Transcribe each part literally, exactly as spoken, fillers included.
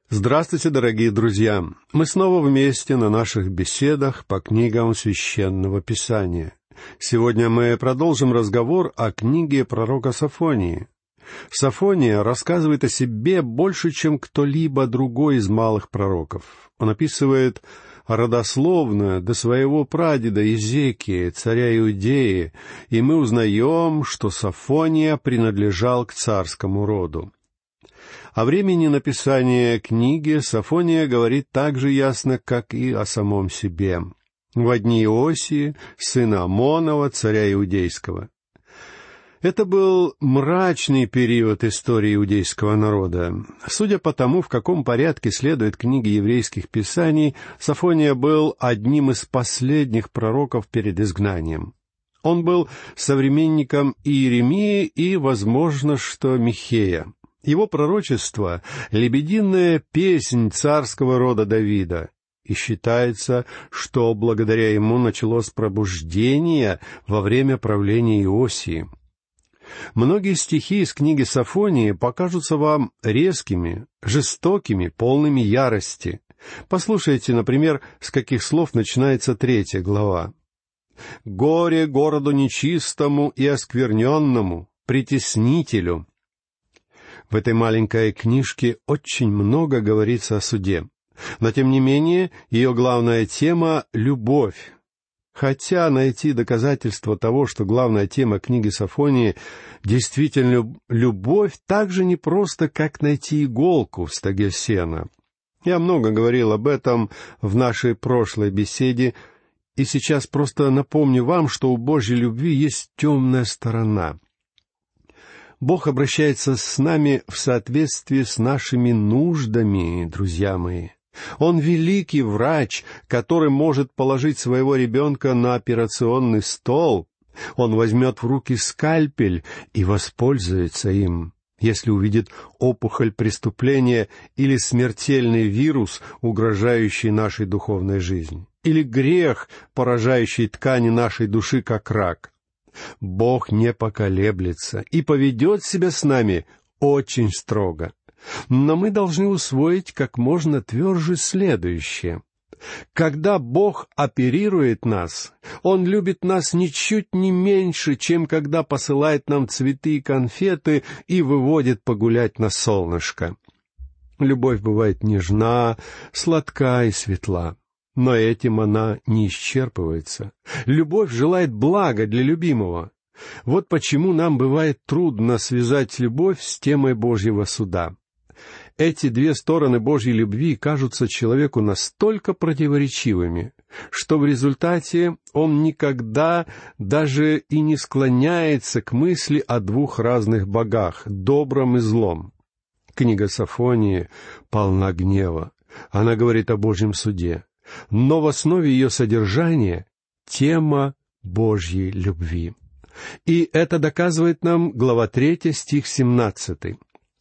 Здравствуйте, дорогие друзья! Мы снова вместе на наших беседах по книгам Священного Писания. Сегодня мы продолжим разговор о книге пророка Софонии. Софония рассказывает о себе больше, чем кто-либо другой из малых пророков. Он описывает родословно до своего прадеда Иезекии, царя Иудеи, и мы узнаем, что Софония принадлежал к царскому роду. О времени написания книги Софония говорит так же ясно, как и о самом себе. Во дни Иосии, сына Амонова, царя Иудейского. Это был мрачный период истории иудейского народа. Судя по тому, в каком порядке следует книги еврейских писаний, Софония был одним из последних пророков перед изгнанием. Он был современником Иеремии и, возможно, что Михея. Его пророчество — лебединая песнь царского рода Давида, и считается, что благодаря ему началось пробуждение во время правления Иосии. Многие стихи из книги Софонии покажутся вам резкими, жестокими, полными ярости. Послушайте, например, с каких слов начинается третья глава. «Горе городу нечистому и оскверненному, притеснителю». В этой маленькой книжке очень много говорится о суде. Но, тем не менее, ее главная тема — любовь. Хотя найти доказательства того, что главная тема книги Софонии действительно любовь, так же непросто, как найти иголку в стоге сена. Я много говорил об этом в нашей прошлой беседе, и сейчас просто напомню вам, что у Божьей любви есть темная сторона. Бог обращается с нами в соответствии с нашими нуждами, друзья мои. Он великий врач, который может положить своего ребенка на операционный стол. Он возьмет в руки скальпель и воспользуется им, если увидит опухоль преступления или смертельный вирус, угрожающий нашей духовной жизни, или грех, поражающий ткани нашей души, как рак. Бог не поколеблется и поведет себя с нами очень строго. Но мы должны усвоить как можно тверже следующее. Когда Бог оперирует нас, Он любит нас ничуть не меньше, чем когда посылает нам цветы и конфеты и выводит погулять на солнышко. Любовь бывает нежна, сладка и светла. Но этим она не исчерпывается. Любовь желает блага для любимого. Вот почему нам бывает трудно связать любовь с темой Божьего суда. Эти две стороны Божьей любви кажутся человеку настолько противоречивыми, что в результате он никогда даже и не склоняется к мысли о двух разных богах, добром и злом. Книга Софонии полна гнева. Она говорит о Божьем суде. Но в основе ее содержания тема Божьей любви. И это доказывает нам глава третья, стих семнадцатый.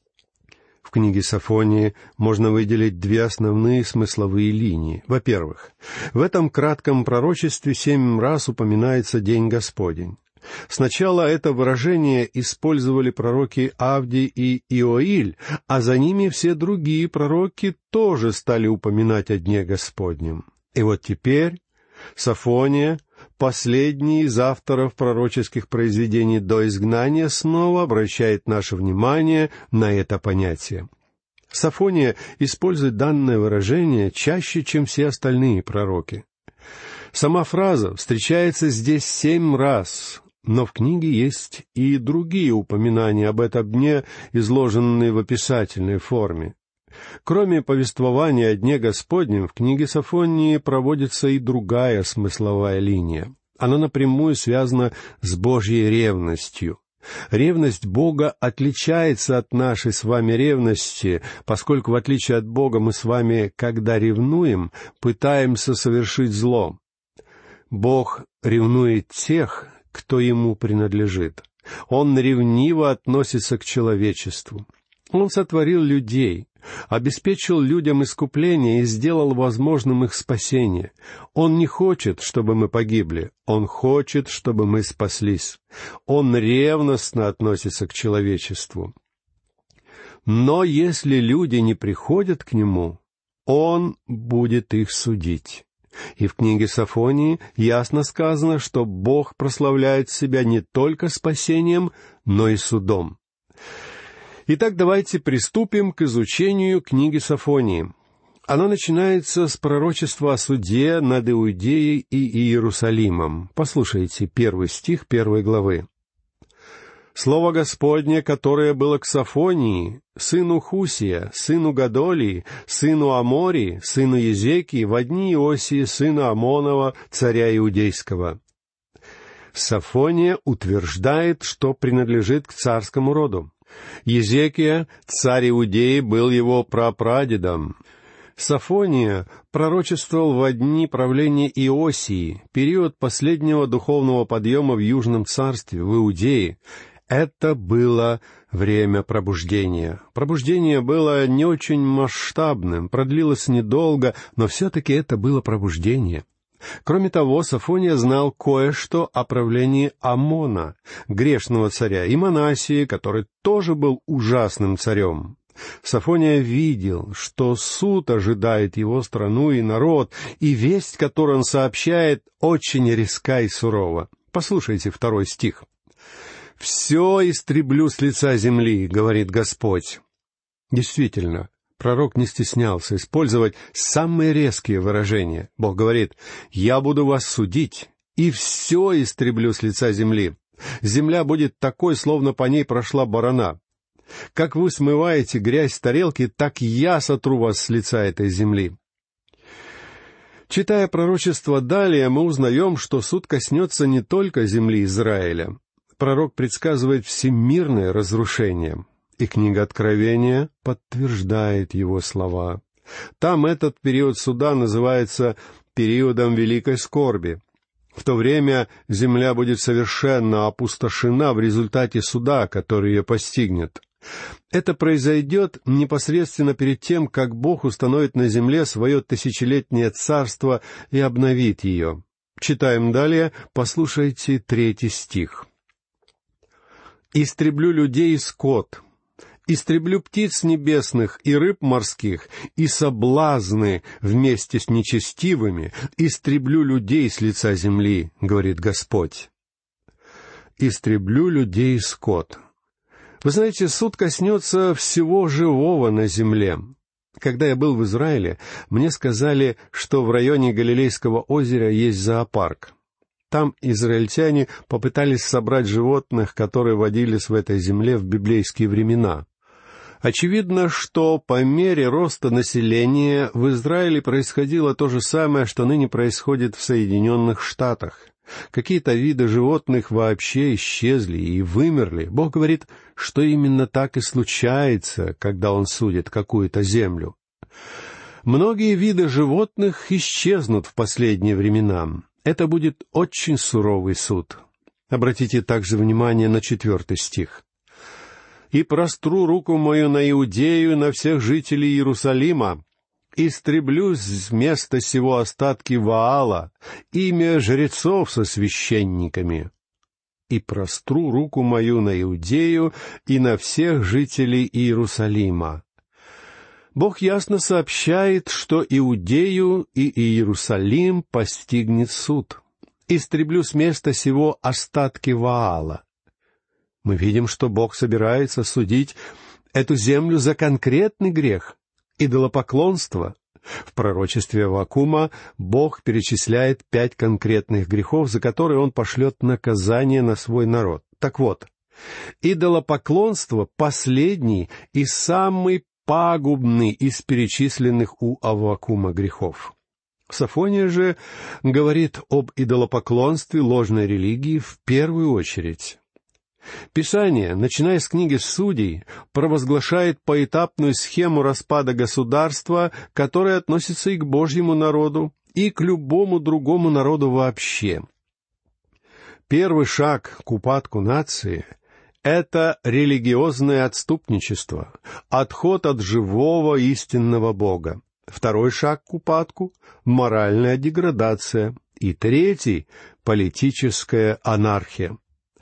В книге Софонии можно выделить две основные смысловые линии. Во-первых, в этом кратком пророчестве семь раз упоминается День Господень. Сначала это выражение использовали пророки Авдий и Иоиль, а за ними все другие пророки тоже стали упоминать о Дне Господнем. И вот теперь Софония, последний из авторов пророческих произведений до изгнания, снова обращает наше внимание на это понятие. Софония использует данное выражение чаще, чем все остальные пророки. Сама фраза встречается здесь семь раз, но в книге есть и другие упоминания об этом дне, изложенные в описательной форме. Кроме повествования о Дне Господнем, в книге Софонии проводится и другая смысловая линия. Она напрямую связана с Божьей ревностью. Ревность Бога отличается от нашей с вами ревности, поскольку, в отличие от Бога, мы с вами, когда ревнуем, пытаемся совершить зло. Бог ревнует тех, кто Ему принадлежит. Он ревниво относится к человечеству. Он сотворил людей, обеспечил людям искупление и сделал возможным их спасение. Он не хочет, чтобы мы погибли. Он хочет, чтобы мы спаслись. Он ревностно относится к человечеству. Но если люди не приходят к Нему, Он будет их судить». И в книге Софонии ясно сказано, что Бог прославляет себя не только спасением, но и судом. Итак, давайте приступим к изучению книги Софонии. Она начинается с пророчества о суде над Иудеей и Иерусалимом. Послушайте первый стих первой главы. «Слово Господне, которое было к Софонии, сыну Хусия, сыну Гадолии, сыну Амории, сыну Езекии, во дни Иосии, сына Амонова, царя Иудейского». Софония утверждает, что принадлежит к царскому роду. Езекия, царь Иудеи, был его прапрадедом. Софония пророчествовал во дни правления Иосии, период последнего духовного подъема в Южном царстве, в Иудее. Это было время пробуждения. Пробуждение было не очень масштабным, продлилось недолго, но все-таки это было пробуждение. Кроме того, Софония знал кое-что о правлении Амона, грешного царя, и Манасии, который тоже был ужасным царем. Софония видел, что суд ожидает его страну и народ, и весть, которую он сообщает, очень резка и сурова. Послушайте второй стих. «Все истреблю с лица земли, — говорит Господь». Действительно, пророк не стеснялся использовать самые резкие выражения. Бог говорит: «Я буду вас судить, и все истреблю с лица земли. Земля будет такой, словно по ней прошла барана. Как вы смываете грязь с тарелки, так я сотру вас с лица этой земли». Читая пророчество далее, мы узнаем, что суд коснется не только земли Израиля. Пророк предсказывает всемирное разрушение, и книга Откровения подтверждает его слова. Там этот период суда называется периодом великой скорби. В то время земля будет совершенно опустошена в результате суда, который ее постигнет. Это произойдет непосредственно перед тем, как Бог установит на земле свое тысячелетнее царство и обновит ее. Читаем далее, послушайте третий стих. «Истреблю людей и скот, истреблю птиц небесных и рыб морских, и соблазны вместе с нечестивыми, истреблю людей с лица земли, — говорит Господь». «Истреблю людей и скот». Вы знаете, суд коснется всего живого на земле. Когда я был в Израиле, мне сказали, что в районе Галилейского озера есть зоопарк. Там израильтяне попытались собрать животных, которые водились в этой земле в библейские времена. Очевидно, что по мере роста населения в Израиле происходило то же самое, что ныне происходит в Соединенных Штатах. Какие-то виды животных вообще исчезли и вымерли. Бог говорит, что именно так и случается, когда Он судит какую-то землю. Многие виды животных исчезнут в последние времена. Это будет очень суровый суд. Обратите также внимание на четвертый стих. «И простру руку мою на Иудею и на всех жителей Иерусалима, истреблю с места сего остатки Ваала, имя жрецов со священниками. И простру руку мою на Иудею и на всех жителей Иерусалима». Бог ясно сообщает, что Иудею и Иерусалим постигнет суд. «Истреблю с места сего остатки Ваала». Мы видим, что Бог собирается судить эту землю за конкретный грех — идолопоклонство. В пророчестве Аввакума Бог перечисляет пять конкретных грехов, за которые Он пошлет наказание на свой народ. Так вот, идолопоклонство — последний и самый пагубный из перечисленных у Аввакума грехов. Софония же говорит об идолопоклонстве, ложной религии в первую очередь. Писание, начиная с книги Судей, провозглашает поэтапную схему распада государства, которая относится и к Божьему народу, и к любому другому народу вообще. Первый шаг к упадку нации — это религиозное отступничество, отход от живого истинного Бога. Второй шаг к упадку — моральная деградация. И третий — политическая анархия.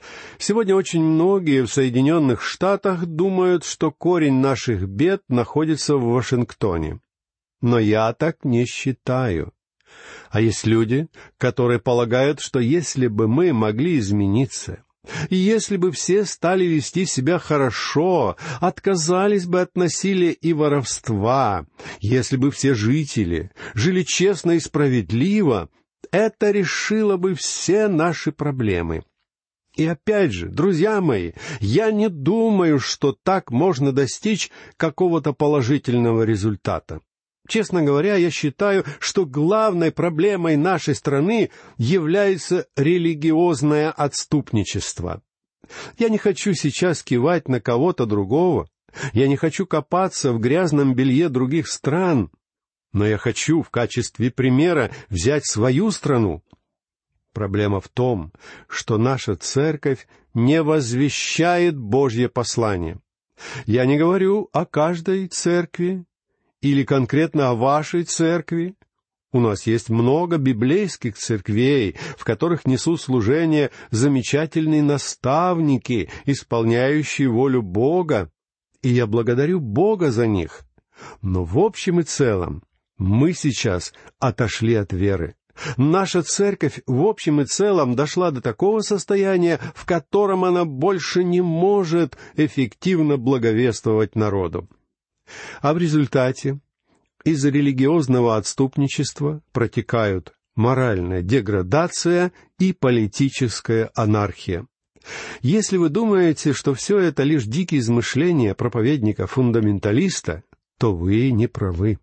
Сегодня очень многие в Соединенных Штатах думают, что корень наших бед находится в Вашингтоне. Но я так не считаю. А есть люди, которые полагают, что если бы мы могли измениться, и если бы все стали вести себя хорошо, отказались бы от насилия и воровства, если бы все жители жили честно и справедливо, это решило бы все наши проблемы. И опять же, друзья мои, я не думаю, что так можно достичь какого-то положительного результата. Честно говоря, я считаю, что главной проблемой нашей страны является религиозное отступничество. Я не хочу сейчас кивать на кого-то другого, я не хочу копаться в грязном белье других стран, но я хочу в качестве примера взять свою страну. Проблема в том, что наша церковь не возвещает Божье послание. Я не говорю о каждой церкви или конкретно о вашей церкви. У нас есть много библейских церквей, в которых несут служение замечательные наставники, исполняющие волю Бога, и я благодарю Бога за них. Но в общем и целом мы сейчас отошли от веры. Наша церковь в общем и целом дошла до такого состояния, в котором она больше не может эффективно благовествовать народу. А в результате из религиозного отступничества протекают моральная деградация и политическая анархия. Если вы думаете, что все это лишь дикие измышления проповедника-фундаменталиста, то вы не правы.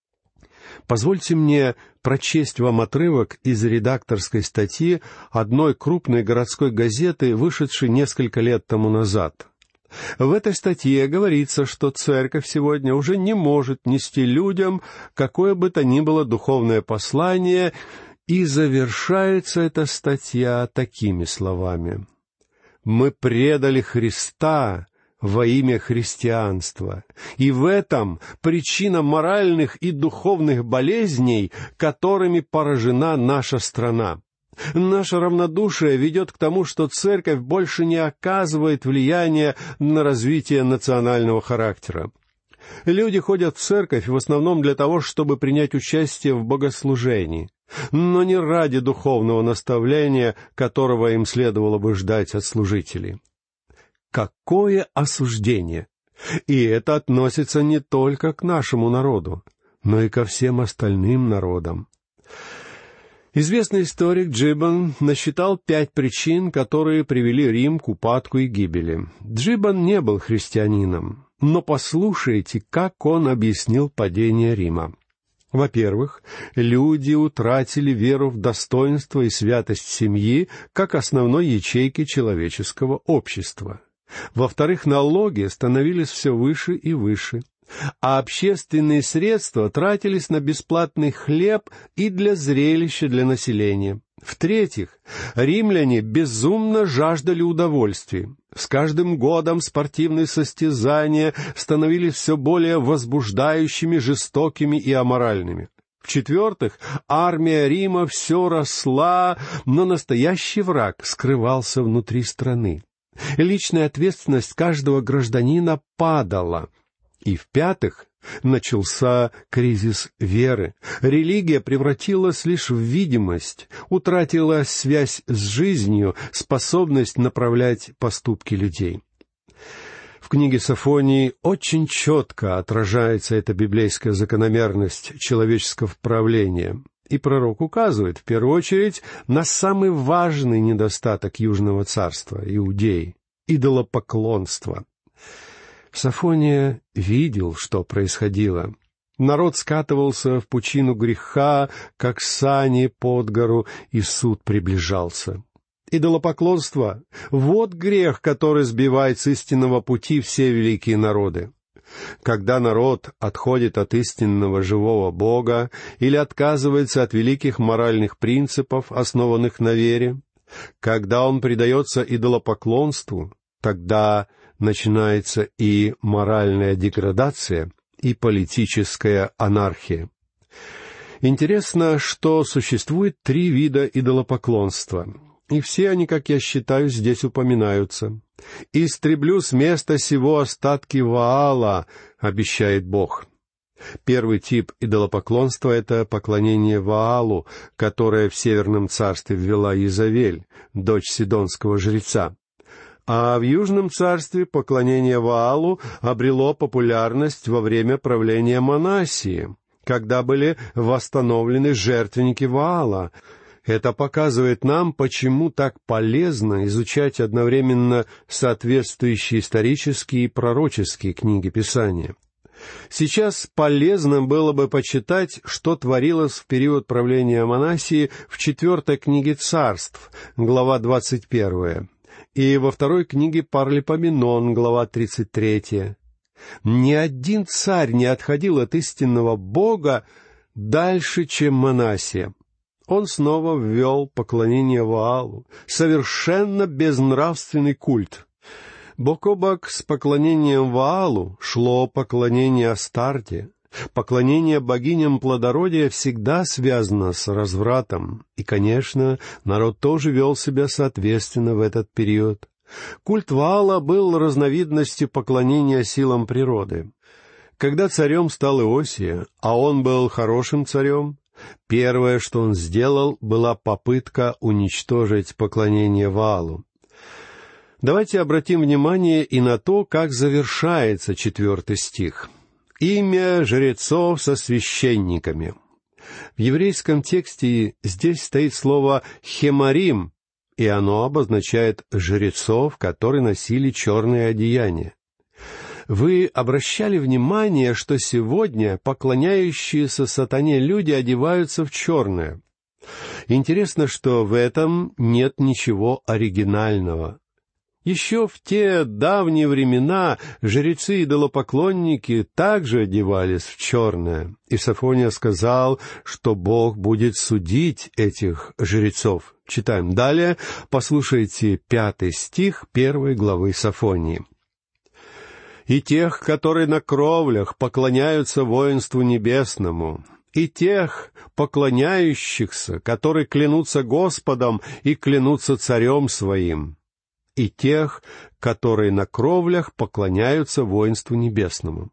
Позвольте мне прочесть вам отрывок из редакторской статьи одной крупной городской газеты, вышедшей несколько лет тому назад. В этой статье говорится, что церковь сегодня уже не может нести людям какое бы то ни было духовное послание, и завершается эта статья такими словами: «Мы предали Христа во имя христианства, и в этом причина моральных и духовных болезней, которыми поражена наша страна. Наше равнодушие ведет к тому, что церковь больше не оказывает влияния на развитие национального характера. Люди ходят в церковь в основном для того, чтобы принять участие в богослужении, но не ради духовного наставления, которого им следовало бы ждать от служителей». Какое осуждение! И это относится не только к нашему народу, но и ко всем остальным народам. Известный историк Джиббон насчитал пять причин, которые привели Рим к упадку и гибели. Джиббон не был христианином, но послушайте, как он объяснил падение Рима. Во-первых, люди утратили веру в достоинство и святость семьи как основной ячейки человеческого общества. Во-вторых, налоги становились все выше и выше, а общественные средства тратились на бесплатный хлеб и для зрелища для населения. В-третьих, римляне безумно жаждали удовольствий. С каждым годом спортивные состязания становились все более возбуждающими, жестокими и аморальными. В-четвертых, армия Рима все росла, но настоящий враг скрывался внутри страны. Личная ответственность каждого гражданина падала. И в-пятых, начался кризис веры. Религия превратилась лишь в видимость, утратила связь с жизнью, способность направлять поступки людей. В книге Софонии очень четко отражается эта библейская закономерность человеческого правления. И пророк указывает, в первую очередь, на самый важный недостаток Южного царства, Иудеи — идолопоклонство. Софония видел, что происходило. Народ скатывался в пучину греха, как сани под гору, и суд приближался. Идолопоклонство — вот грех, который сбивает с истинного пути все великие народы. Когда народ отходит от истинного живого Бога или отказывается от великих моральных принципов, основанных на вере, когда он предается идолопоклонству, тогда начинается и моральная деградация, и политическая анархия. Интересно, что существует три вида идолопоклонства. и все они, как я считаю, здесь упоминаются. «Истреблю с места сего остатки Ваала», — обещает Бог. Первый тип идолопоклонства — это поклонение Ваалу, которое в Северном царстве ввела Иезавель, дочь сидонского жреца. А в Южном царстве поклонение Ваалу обрело популярность во время правления Манассии, когда были восстановлены жертвенники Ваала. Это показывает нам, почему так полезно изучать одновременно соответствующие исторические и пророческие книги Писания. Сейчас полезно было бы почитать, что творилось в период правления Манассии в четвертой книге Царств, глава двадцать первая, и во второй книге Парлипоменон, глава тридцать третья. Ни один царь не отходил от истинного Бога дальше, чем Манассия. Он снова ввел поклонение Ваалу, совершенно безнравственный культ. Бок о бок с поклонением Ваалу шло поклонение Астарте. Поклонение богиням плодородия всегда связано с развратом, и, конечно, народ тоже вел себя соответственно в этот период. Культ Ваала был разновидностью поклонения силам природы. Когда царем стал Иосия, а он был хорошим царем, первое, что он сделал, была попытка уничтожить поклонение Ваалу. Давайте обратим внимание и на то, как завершается четвертый стих. «Имя жрецов со священниками». В еврейском тексте здесь стоит слово «хемарим», и оно обозначает жрецов, которые носили черные одеяния. Вы обращали внимание, что сегодня поклоняющиеся сатане люди одеваются в черное? Интересно, что в этом нет ничего оригинального. Еще в те давние времена жрецы-идолопоклонники также одевались в черное, и Софония сказал, что Бог будет судить этих жрецов. Читаем далее, послушайте пятый стих первой главы Софонии. «И тех, которые на кровлях поклоняются воинству небесному, и тех, поклоняющихся, которые клянутся Господом и клянутся царем своим, и тех, которые на кровлях поклоняются воинству небесному».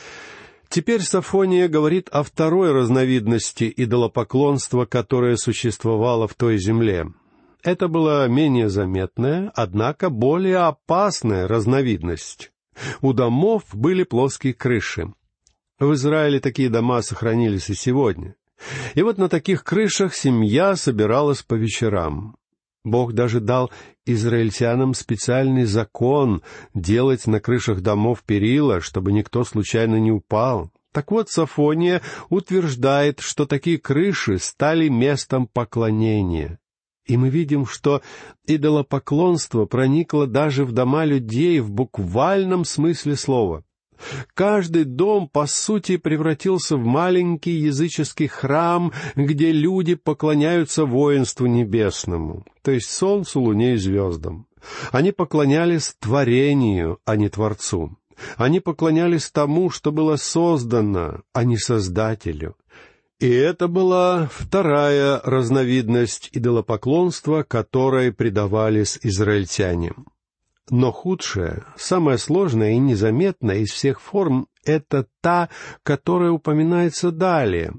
Теперь Софония говорит о второй разновидности идолопоклонства, которое существовало в той земле. Это была менее заметная, однако более опасная разновидность. У домов были плоские крыши. В Израиле такие дома сохранились и сегодня. И вот на таких крышах семья собиралась по вечерам. Бог даже дал израильтянам специальный закон делать на крышах домов перила, чтобы никто случайно не упал. Так вот, Софония утверждает, что такие крыши стали местом поклонения. И мы видим, что идолопоклонство проникло даже в дома людей в буквальном смысле слова. Каждый дом, по сути, превратился в маленький языческий храм, где люди поклоняются воинству небесному, то есть солнцу, луне и звездам. Они поклонялись творению, а не Творцу. Они поклонялись тому, что было создано, а не Создателю. И это была вторая разновидность идолопоклонства, которой предавались израильтяне. Но худшая, самая сложная и незаметная из всех форм — это та, которая упоминается далее.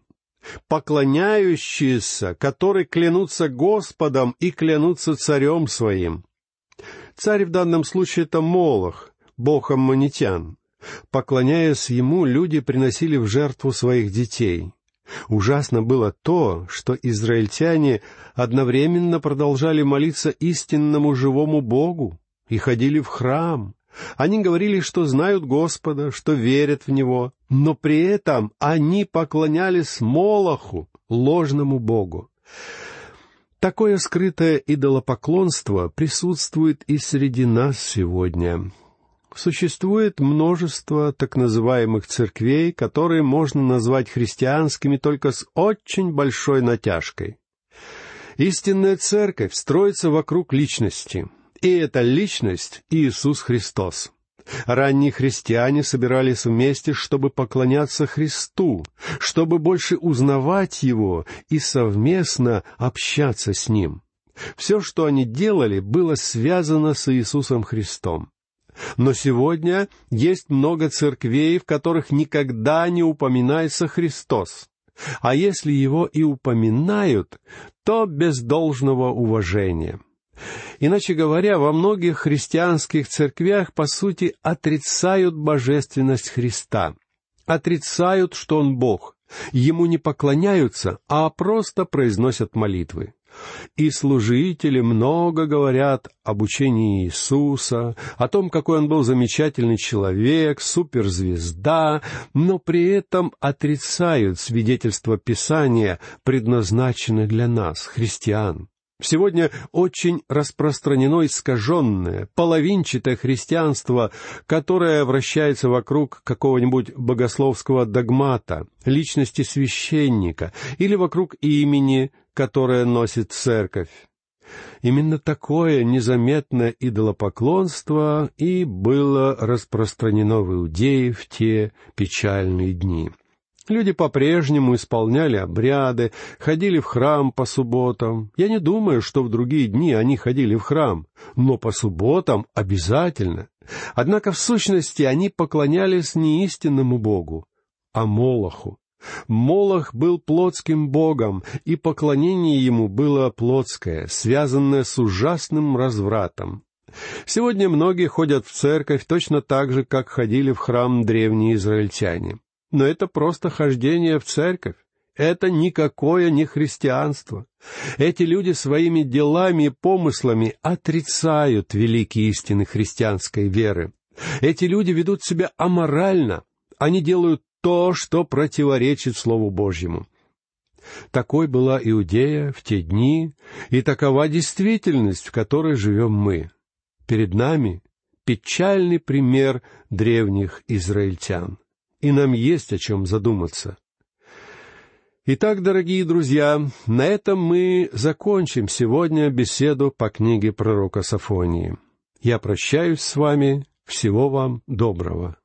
Поклоняющиеся, которые клянутся Господом и клянутся царем своим. Царь в данном случае — это Молох, бог аммонитян. Поклоняясь ему, люди приносили в жертву своих детей. Ужасно было то, что израильтяне одновременно продолжали молиться истинному живому Богу и ходили в храм. Они говорили, что знают Господа, что верят в Него, но при этом они поклонялись Молоху, ложному богу. Такое скрытое идолопоклонство присутствует и среди нас сегодня. Существует множество так называемых церквей, которые можно назвать христианскими только с очень большой натяжкой. Истинная церковь строится вокруг личности, и эта личность — Иисус Христос. Ранние христиане собирались вместе, чтобы поклоняться Христу, чтобы больше узнавать Его и совместно общаться с Ним. Все, что они делали, было связано с Иисусом Христом. Но сегодня есть много церквей, в которых никогда не упоминается Христос. А если его и упоминают, то без должного уважения. Иначе говоря, во многих христианских церквях, по сути, отрицают божественность Христа, отрицают, что Он Бог, Ему не поклоняются, а просто произносят молитвы. И служители много говорят об учении Иисуса, о том, какой Он был замечательный человек, суперзвезда, но при этом отрицают свидетельство Писания, предназначенное для нас, христиан. Сегодня очень распространено искаженное, половинчатое христианство, которое вращается вокруг какого-нибудь богословского догмата, личности священника или вокруг имени, которое носит церковь. Именно такое незаметное идолопоклонство и было распространено в Иудее в те печальные дни. Люди по-прежнему исполняли обряды, ходили в храм по субботам. Я не думаю, что в другие дни они ходили в храм, но по субботам обязательно. Однако в сущности они поклонялись не истинному Богу, а Молоху. Молох был плотским богом, и поклонение ему было плотское, связанное с ужасным развратом. Сегодня многие ходят в церковь точно так же, как ходили в храм древние израильтяне. Но это просто хождение в церковь. Это никакое не христианство. Эти люди своими делами и помыслами отрицают великие истины христианской веры. Эти люди ведут себя аморально. Они делают то, что противоречит Слову Божьему. Такой была Иудея в те дни, и такова действительность, в которой живем мы. Перед нами печальный пример древних израильтян. И нам есть о чем задуматься. Итак, дорогие друзья, на этом мы закончим сегодня беседу по книге пророка Софонии. Я прощаюсь с вами. Всего вам доброго.